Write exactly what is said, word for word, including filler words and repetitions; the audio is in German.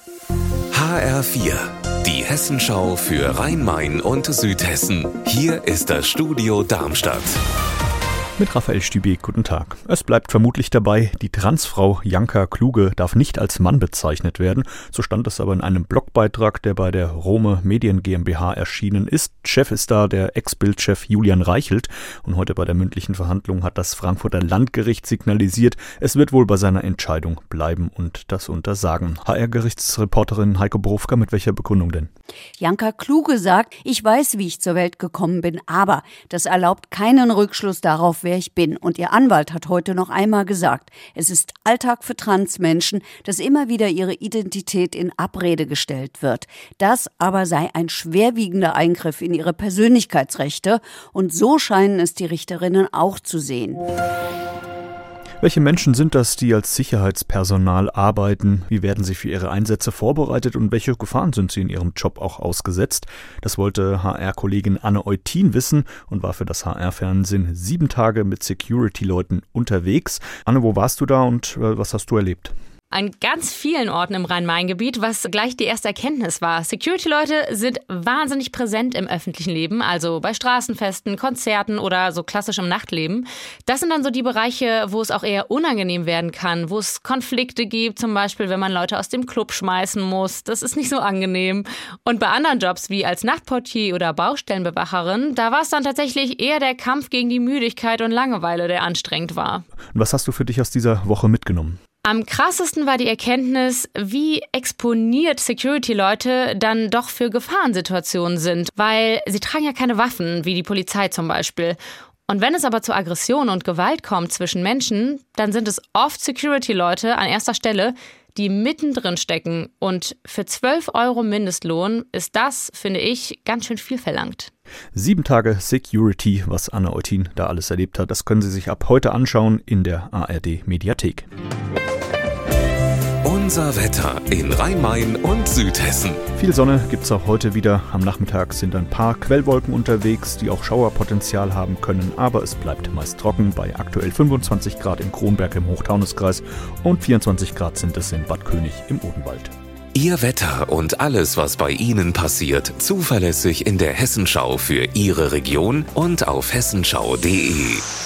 H R vier, die Hessenschau für Rhein-Main und Südhessen. Hier ist das Studio Darmstadt. Mit Raphael Stübeck, guten Tag. Es bleibt vermutlich dabei, die Transfrau Janka Kluge darf nicht als Mann bezeichnet werden. So stand es aber in einem Blogbeitrag, der bei der Rome Medien GmbH erschienen ist. Chef ist da der Ex-Bild-Chef Julian Reichelt. Und heute bei der mündlichen Verhandlung hat das Frankfurter Landgericht signalisiert, es wird wohl bei seiner Entscheidung bleiben und das untersagen. H R-Gerichtsreporterin Heike Borufka, mit welcher Begründung denn? Janka Kluge sagt, ich weiß, wie ich zur Welt gekommen bin, aber das erlaubt keinen Rückschluss darauf, wer ich bin. Und ihr Anwalt hat heute noch einmal gesagt, es ist Alltag für Transmenschen, dass immer wieder ihre Identität in Abrede gestellt wird. Das aber sei ein schwerwiegender Eingriff in ihre Persönlichkeitsrechte. Und so scheinen es die Richterinnen auch zu sehen. Welche Menschen sind das, die als Sicherheitspersonal arbeiten? Wie werden sie für ihre Einsätze vorbereitet und welche Gefahren sind sie in ihrem Job auch ausgesetzt? Das wollte H R-Kollegin Anne Eutin wissen und war für das H R-Fernsehen sieben Tage mit Security-Leuten unterwegs. Anne, wo warst du da und äh, was hast du erlebt? An ganz vielen Orten im Rhein-Main-Gebiet, was gleich die erste Erkenntnis war. Security-Leute sind wahnsinnig präsent im öffentlichen Leben, also bei Straßenfesten, Konzerten oder so klassisch im Nachtleben. Das sind dann so die Bereiche, wo es auch eher unangenehm werden kann, wo es Konflikte gibt, zum Beispiel, wenn man Leute aus dem Club schmeißen muss. Das ist nicht so angenehm. Und bei anderen Jobs wie als Nachtportier oder Baustellenbewacherin, da war es dann tatsächlich eher der Kampf gegen die Müdigkeit und Langeweile, der anstrengend war. Und was hast du für dich aus dieser Woche mitgenommen? Am krassesten war die Erkenntnis, wie exponiert Security-Leute dann doch für Gefahrensituationen sind, weil sie tragen ja keine Waffen, wie die Polizei zum Beispiel. Und wenn es aber zu Aggression und Gewalt kommt zwischen Menschen, dann sind es oft Security-Leute an erster Stelle, die mittendrin stecken. Und für zwölf Euro Mindestlohn ist das, finde ich, ganz schön viel verlangt. Sieben Tage Security, was Anne Eutin da alles erlebt hat, das können Sie sich ab heute anschauen in der A R D-Mediathek. Unser Wetter in Rhein-Main und Südhessen. Viel Sonne gibt's auch heute wieder. Am Nachmittag sind ein paar Quellwolken unterwegs, die auch Schauerpotenzial haben können. Aber es bleibt meist trocken bei aktuell fünfundzwanzig Grad in Kronberg im Hochtaunuskreis und vierundzwanzig Grad sind es in Bad König im Odenwald. Ihr Wetter und alles, was bei Ihnen passiert, zuverlässig in der Hessenschau für Ihre Region und auf hessenschau punkt de.